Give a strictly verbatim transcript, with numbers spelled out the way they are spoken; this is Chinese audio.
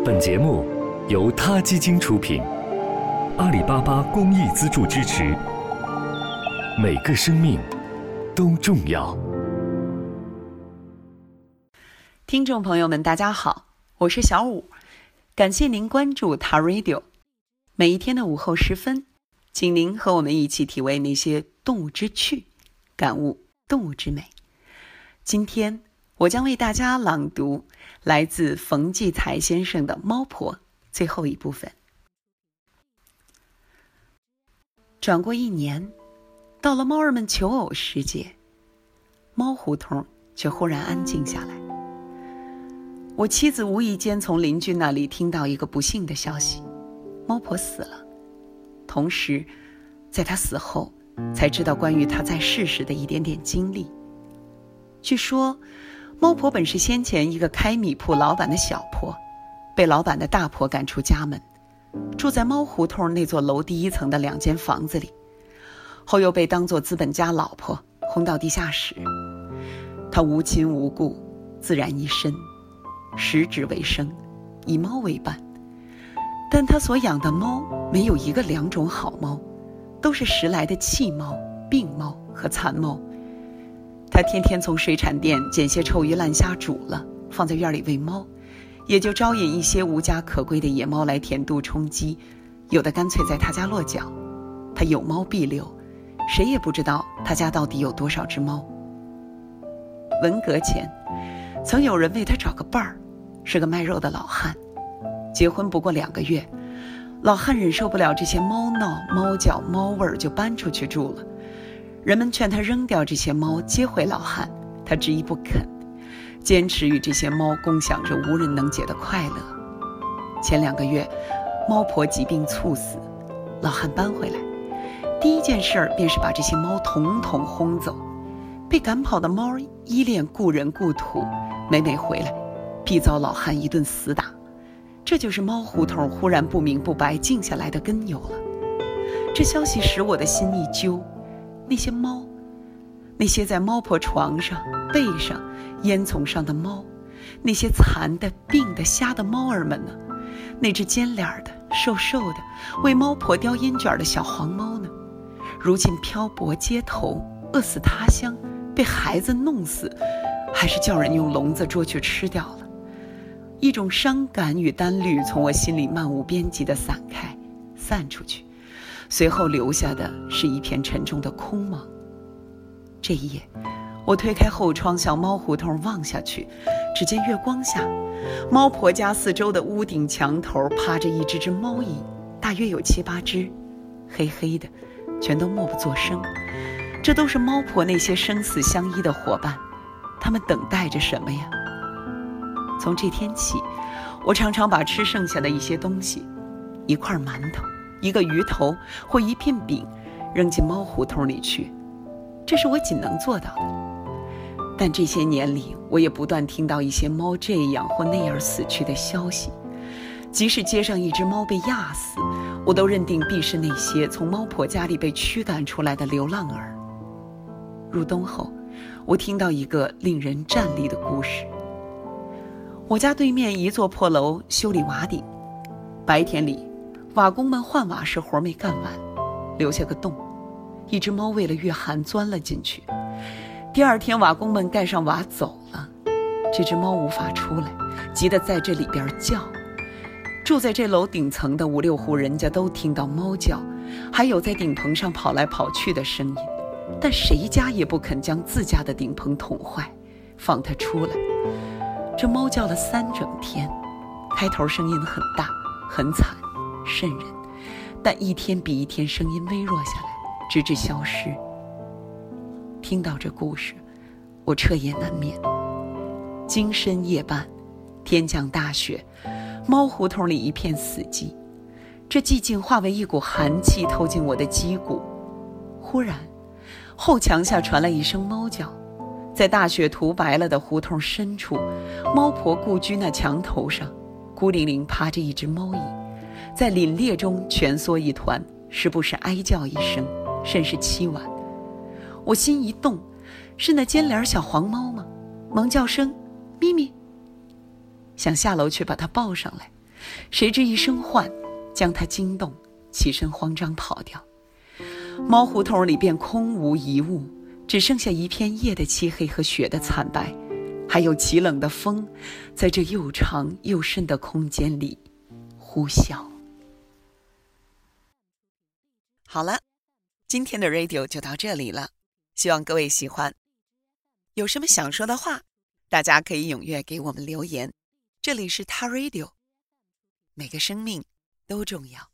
本节目由他基金出品，阿里巴巴公益资助支持。每个生命都重要。 听众朋友们，大家好，我是小武，感谢您关注他 Radio。每一天的午后时分，请您和我们一起体味那些动物之趣，感悟动物之美。今天我将为大家朗读来自冯骥才先生的《猫婆》最后一部分。转过一年，到了猫儿们求偶时节，猫胡同却忽然安静下来。我妻子无意间从邻居那里听到一个不幸的消息，猫婆死了。同时在她死后才知道关于她在世时的一点点经历。据说猫婆本是先前一个开米铺老板的小婆，被老板的大婆赶出家门，住在猫胡同那座楼第一层的两间房子里，后又被当作资本家老婆轰到地下室。她无亲无故，自然一身，食之为生，以猫为伴。但她所养的猫没有一个两种好猫，都是拾来的弃猫、病猫和残猫。他天天从水产店捡些臭鱼烂虾煮了，放在院里喂猫，也就招引一些无家可归的野猫来填肚充饥，有的干脆在他家落脚。他有猫必留，谁也不知道他家到底有多少只猫。文革前，曾有人为他找个伴儿，是个卖肉的老汉。结婚不过两个月，老汉忍受不了这些猫闹、猫叫、猫味儿，就搬出去住了。人们劝他扔掉这些猫，接回老汉，他执意不肯，坚持与这些猫共享着无人能解的快乐。前两个月，猫婆疾病猝死，老汉搬回来，第一件事便是把这些猫统统轰走。被赶跑的猫依恋故人故土，每每回来必遭老汉一顿死打。这就是猫胡同忽然不明不白静下来的根由了。这消息使我的心一揪，那些猫，那些在猫婆床上、背上、烟囱上的猫，那些残的、病的、瞎的猫儿们呢？那只尖脸的、瘦瘦的、为猫婆叼烟卷的小黄猫呢？如今漂泊街头，饿死他乡，被孩子弄死，还是叫人用笼子捉去吃掉了。一种伤感与单虑从我心里漫无边际地散开，散出去，随后留下的是一片沉重的空茫。这一夜，我推开后窗向猫胡同望下去，只见月光下，猫婆家四周的屋顶墙头趴着一只只猫蚁，大约有七八只，黑黑的，全都默不作声。这都是猫婆那些生死相依的伙伴，他们等待着什么呀？从这天起，我常常把吃剩下的一些东西，一块馒头、一个鱼头或一片饼，扔进猫胡同里去，这是我仅能做到的。但这些年里，我也不断听到一些猫这样或那样死去的消息。即使街上一只猫被压死，我都认定必是那些从猫婆家里被驱赶出来的流浪儿。入冬后，我听到一个令人战栗的故事。我家对面一座破楼修理瓦顶，白天里瓦工们换瓦时活没干完，留下个洞，一只猫为了御寒钻了进去。第二天瓦工们盖上瓦走了，这只猫无法出来，急得在这里边叫。住在这楼顶层的五六户人家都听到猫叫，还有在顶棚上跑来跑去的声音，但谁家也不肯将自家的顶棚捅坏，放它出来。这猫叫了三整天，开头声音很大很惨瘆人，但一天比一天声音微弱下来，直至消失。听到这故事，我彻夜难眠。经深夜半，天降大雪，猫胡同里一片死寂，这寂静化为一股寒气透进我的肌骨。忽然后墙下传来一声猫叫，在大雪涂白了的胡同深处，猫婆故居那墙头上孤零零趴着一只猫蚁，在凛冽中蜷缩一团，时不时哀叫一声，甚是凄婉。我心一动，是那尖脸小黄猫吗？猛叫声咪咪，想下楼去把它抱上来， 谁知一声唤，将他惊动，起身慌张跑掉。猫胡同里便空无一物，只剩下一片夜的漆黑和雪的惨白，还有极冷的风，在这又长又深的空间里呼啸。好了，今天的 radio 就到这里了，希望各位喜欢。有什么想说的话，大家可以踊跃给我们留言。这里是他 radio， 每个生命都重要。